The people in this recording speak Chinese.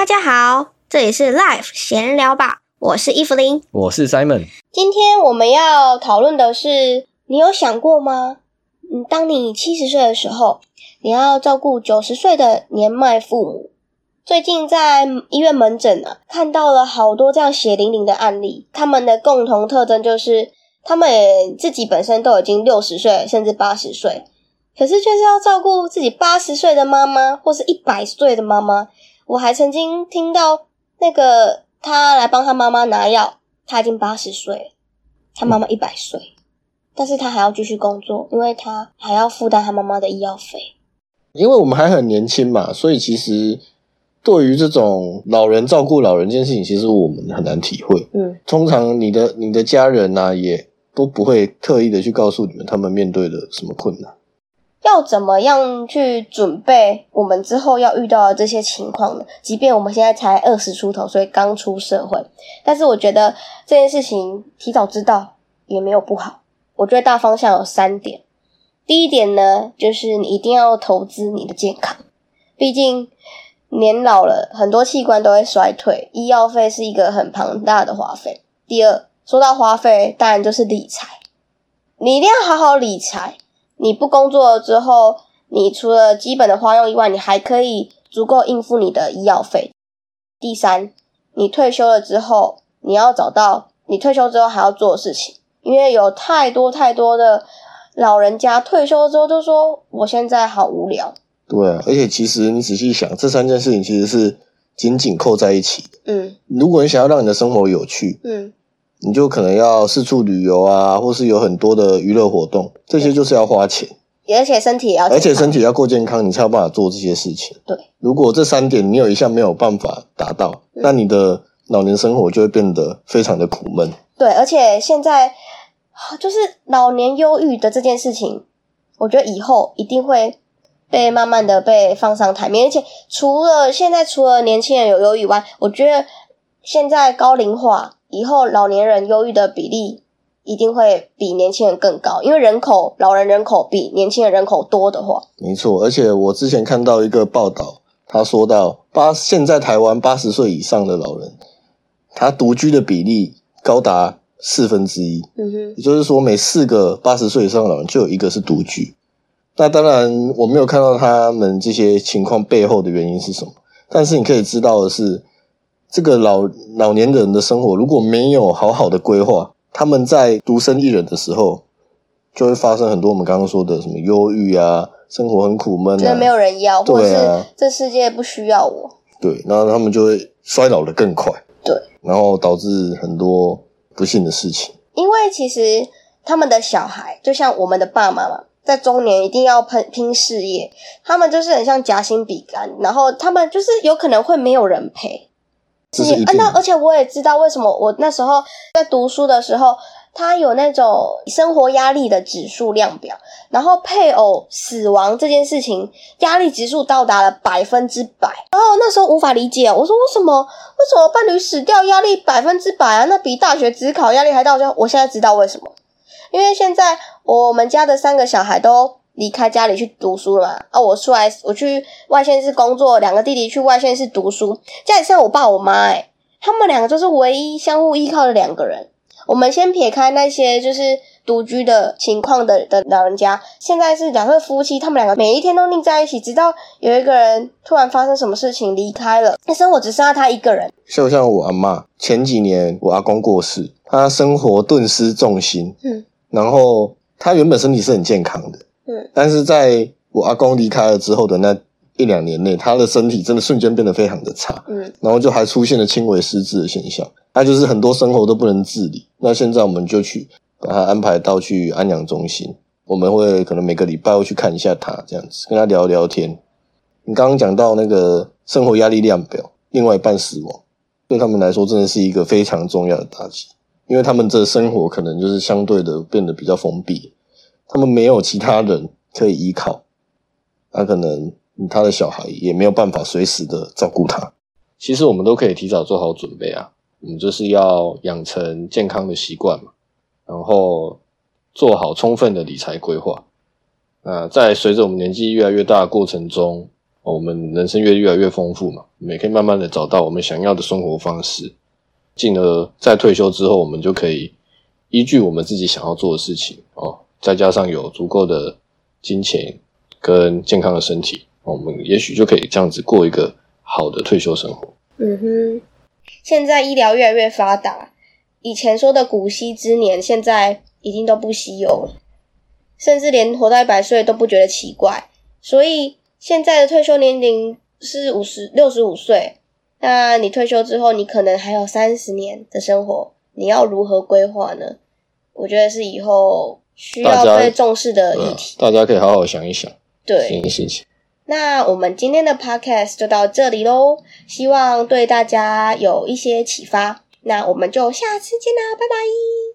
家好，这里是 Life 闲聊吧，我是伊芙琳， 我是 Simon。 今天我们要讨论的是，你有想过吗？当你70岁的时候，你要照顾90岁的年迈父母。最近在医院门诊看到了好多这样血淋淋的案例，他们的共同特征就是他们自己本身都已经60岁甚至80岁，可是却是要照顾自己80岁的妈妈或是100岁的妈妈。我还曾经听到那个他来帮他妈妈拿药，他已经80岁了，他妈妈100岁，但是他还要继续工作，因为他还要负担他妈妈的医药费。 因为我们还很年轻嘛，所以其实对于这种老人照顾老人这件事情，其实我们很难体会。通常你的家人也都不会特意的去告诉你们他们面对的什么困难。 要怎么样去准备我们之后要遇到的这些情况呢？即便我们现在才20出头，所以刚出社会，但是我觉得这件事情提早知道也没有不好。我觉得大方向有3点。第一点呢，就是你一定要投资你的健康，毕竟年老了，很多器官都会衰退，医药费是一个很庞大的花费。第二，说到花费，当然就是理财，你一定要好好理财。你不工作了之后，你除了基本的花用以外，你还可以足够应付你的医药费。第三，你退休了之后，你要找到你退休之后还要做的事情，因为有太多的老人家退休之后就说我现在好无聊。 对啊，而且其实你仔细想，这3件事情其实是紧紧扣在一起的。如果你想要让你的生活有趣，你就可能要四处旅游啊，或是有很多的娱乐活动，这些就是要花钱， 而且身体也要健康， 而且身体要够健康，你才有办法做这些事情。 对， 如果这3点你有一项没有办法达到，那你的老年生活就会变得非常的苦闷。 对，而且现在就是老年忧郁的这件事情，我觉得以后一定会被慢慢的被放上台面。而且除了年轻人有忧郁以外，我觉得现在高龄化以后，老年人忧郁的比例一定会比年轻人更高，因为老人人口比年轻人人口多的话。没错，而且我之前看到一个报道，他说到现在台湾80岁以上的老人，他独居的比例高达1/4，也就是说每4个80岁以上的老人就有1个是独居。那当然我没有看到他们这些情况背后的原因是什么，但是你可以知道的是，这个老年人的生活如果没有好好的规划，他们在独身一人的时候就会发生很多我们刚刚说的什么忧郁啊，生活很苦闷啊， 觉得没有人要，或者是这世界不需要我。对， 然后他们就会衰老得更快。 对， 然后导致很多不幸的事情。 因为其实他们的小孩就像我们的爸妈嘛，在中年一定要拼事业，他们就是很像夹心饼干，然后他们就是有可能会没有人陪。而且我也知道为什么我那时候在读书的时候，他有那种生活压力的指数量表，然后配偶死亡这件事情压力指数到达了100%，然后那时候无法理解，我说为什么伴侣死掉压力100%啊？那比大学指考压力还大。我现在知道为什么，因为现在我们家的3个小孩都离开家里去读书了嘛，我去外县市工作，2个弟弟去外县市读书，家里剩我爸我妈他们2个就是唯一相互依靠的2个人。我们先撇开那些就是独居的情况的老人家，现在是假设夫妻，他们2个每一天都腻在一起，直到有一个人突然发生什么事情离开了，那生活只剩下他一个人。 像我阿嬷，前几年我阿公过世，他生活顿失重心，然后他原本身体是很健康的，但是在我阿公离开了之后的那1-2年内，他的身体真的瞬间变得非常的差，然后就还出现了轻微失智的现象，他就是很多生活都不能自理。那现在我们就去把他安排到去安养中心，我们会可能每个礼拜会去看一下他，这样子跟他聊聊天。你刚刚讲到那个生活压力量表，另外一半死亡，对他们来说真的是一个非常重要的打击，因为他们这生活可能就是相对的变得比较封闭，他们没有其他人可以依靠，那可能他的小孩也没有办法随时的照顾他。其实我们都可以提早做好准备啊，我们就是要养成健康的习惯嘛，然后做好充分的理财规划。在随着我们年纪越来越大的过程中， 我们人生越来越丰富嘛，我们也可以慢慢的找到我们想要的生活方式，进而在退休之后我们就可以依据我们自己想要做的事情再加上有足够的金钱跟健康的身体，我们也许就可以这样子过一个好的退休生活。 现在医疗越来越发达，以前说的古稀之年现在已经都不稀有了，甚至连活到100岁都不觉得奇怪。所以现在的退休年龄是65岁，那你退休之后你可能还有30年的生活，你要如何规划呢？我觉得是以后需要被重视的议题， 大家可以好好想一想对这件事情。 那我们今天的 podcast 就到这里咯，希望对大家有一些启发，那我们就下次见啦，拜拜。